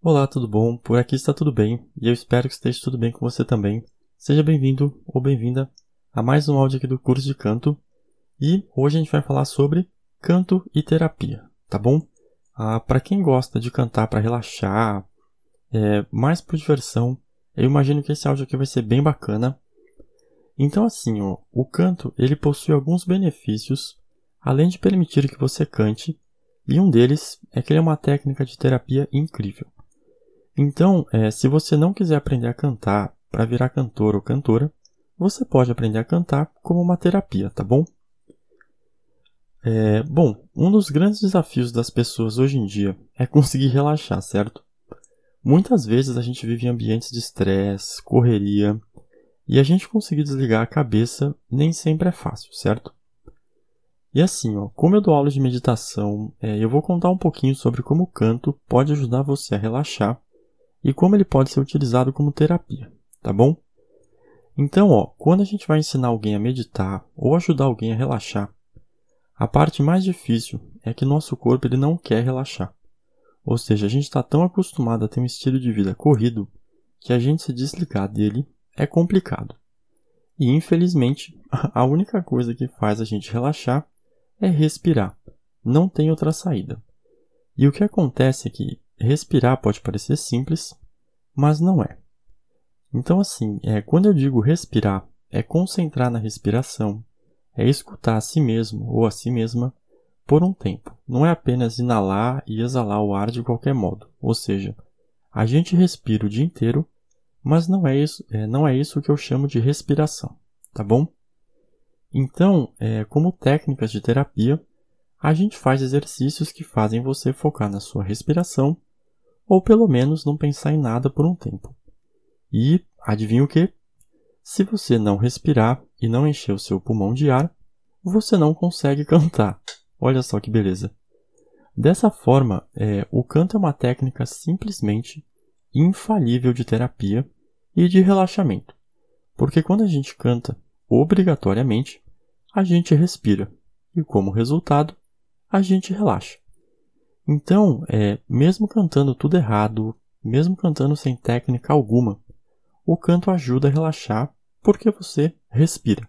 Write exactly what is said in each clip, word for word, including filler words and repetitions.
Olá, tudo bom? Por aqui está tudo bem e eu espero que esteja tudo bem com você também. Seja bem-vindo ou bem-vinda a mais um áudio aqui do curso de canto e hoje a gente vai falar sobre canto e terapia, tá bom? Ah, para quem gosta de cantar para relaxar, é, mais por diversão, eu imagino que esse áudio aqui vai ser bem bacana. Então assim, ó, o canto ele possui alguns benefícios, além de permitir que você cante, e um deles é que ele é uma técnica de terapia incrível. Então, é, se você não quiser aprender a cantar para virar cantor ou cantora, você pode aprender a cantar como uma terapia, tá bom? É, bom, um dos grandes desafios das pessoas hoje em dia é conseguir relaxar, certo? Muitas vezes a gente vive em ambientes de estresse, correria, e a gente conseguir desligar a cabeça nem sempre é fácil, certo? E assim, ó, como eu dou aula de meditação, é, eu vou contar um pouquinho sobre como o canto pode ajudar você a relaxar e como ele pode ser utilizado como terapia, tá bom? Então, ó, quando a gente vai ensinar alguém a meditar ou ajudar alguém a relaxar, a parte mais difícil é que nosso corpo ele não quer relaxar. Ou seja, a gente está tão acostumado a ter um estilo de vida corrido que a gente se desligar dele é complicado. E infelizmente, a única coisa que faz a gente relaxar é respirar. Não tem outra saída. E o que acontece é que respirar pode parecer simples, mas não é. Então assim, é, quando eu digo respirar, é concentrar na respiração, é escutar a si mesmo ou a si mesma por um tempo. Não é apenas inalar e exalar o ar de qualquer modo. Ou seja, a gente respira o dia inteiro, mas não é isso, é, não é isso que eu chamo de respiração, tá bom? Então, é, como técnicas de terapia, a gente faz exercícios que fazem você focar na sua respiração ou pelo menos não pensar em nada por um tempo. E, adivinha o quê? Se você não respirar e não encher o seu pulmão de ar, você não consegue cantar. Olha só que beleza. Dessa forma, é, o canto é uma técnica simplesmente infalível de terapia e de relaxamento. Porque quando a gente canta, obrigatoriamente, a gente respira. E como resultado, a gente relaxa. Então, é, mesmo cantando tudo errado, mesmo cantando sem técnica alguma, o canto ajuda a relaxar porque você respira.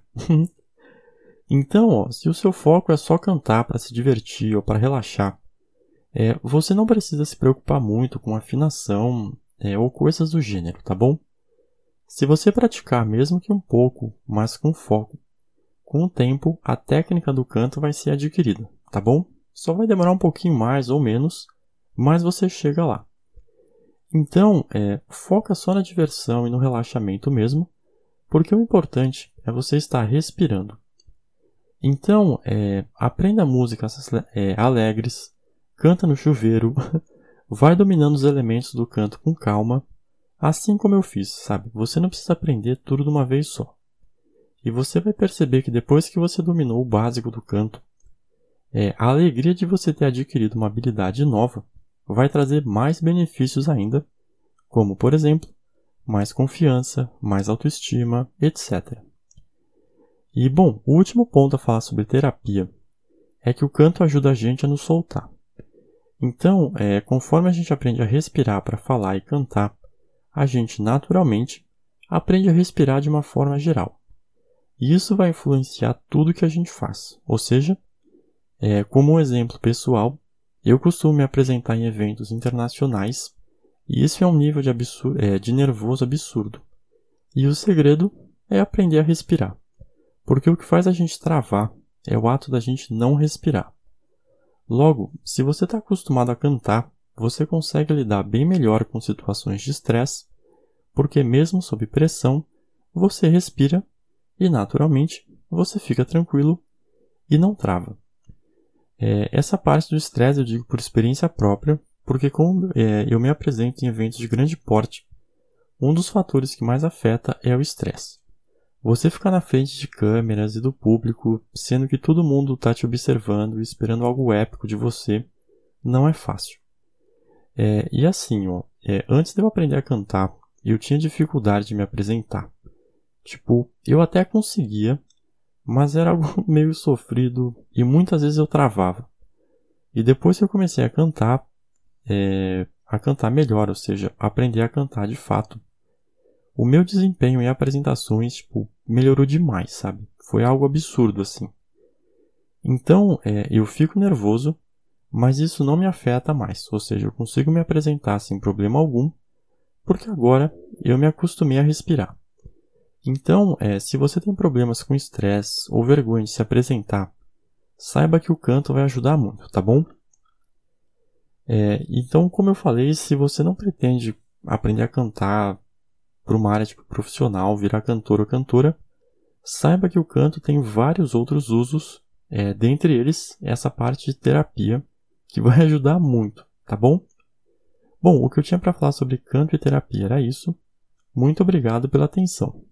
Então, ó, se o seu foco é só cantar para se divertir ou para relaxar, é, você não precisa se preocupar muito com afinação é, ou coisas do gênero, tá bom? Se você praticar mesmo que um pouco, mas com foco, com o tempo a técnica do canto vai ser adquirida, tá bom? Só vai demorar um pouquinho mais ou menos, mas você chega lá. Então, é, foca só na diversão e no relaxamento mesmo, porque o importante é você estar respirando. Então, é, aprenda músicas é, alegres, canta no chuveiro, vai dominando os elementos do canto com calma, assim como eu fiz, sabe? Você não precisa aprender tudo de uma vez só. E você vai perceber que depois que você dominou o básico do canto, é, a alegria de você ter adquirido uma habilidade nova vai trazer mais benefícios ainda, como, por exemplo, mais confiança, mais autoestima, etcétera. E, bom, o último ponto a falar sobre terapia é que o canto ajuda a gente a nos soltar. Então, é, conforme a gente aprende a respirar para falar e cantar, a gente naturalmente aprende a respirar de uma forma geral. E isso vai influenciar tudo que a gente faz. Ou seja, é, como um exemplo pessoal, eu costumo me apresentar em eventos internacionais e isso é um nível de, absur- é, de nervoso absurdo. E o segredo é aprender a respirar. Porque o que faz a gente travar é o ato da gente não respirar. Logo, se você está acostumado a cantar, você consegue lidar bem melhor com situações de estresse, porque mesmo sob pressão, você respira e, naturalmente, você fica tranquilo e não trava. É, essa parte do estresse eu digo por experiência própria, porque como é, eu me apresento em eventos de grande porte, um dos fatores que mais afeta é o estresse. Você ficar na frente de câmeras e do público, sendo que todo mundo está te observando e esperando algo épico de você, não é fácil. É, e assim, ó, é, antes de eu aprender a cantar, eu tinha dificuldade de me apresentar. Tipo, eu até conseguia, mas era algo meio sofrido e muitas vezes eu travava. E depois que eu comecei a cantar, é, a cantar melhor, ou seja, aprender a cantar de fato. O meu desempenho em apresentações, tipo, melhorou demais, sabe? Foi algo absurdo, assim. Então, é, eu fico nervoso, mas isso não me afeta mais, ou seja, eu consigo me apresentar sem problema algum, porque agora eu me acostumei a respirar. Então, é, se você tem problemas com estresse ou vergonha de se apresentar, saiba que o canto vai ajudar muito, tá bom? É, então, como eu falei, se você não pretende aprender a cantar para uma área tipo, profissional, virar cantor ou cantora, saiba que o canto tem vários outros usos, é, dentre eles essa parte de terapia, que vai ajudar muito, tá bom? Bom, o que eu tinha para falar sobre canto e terapia era isso. Muito obrigado pela atenção.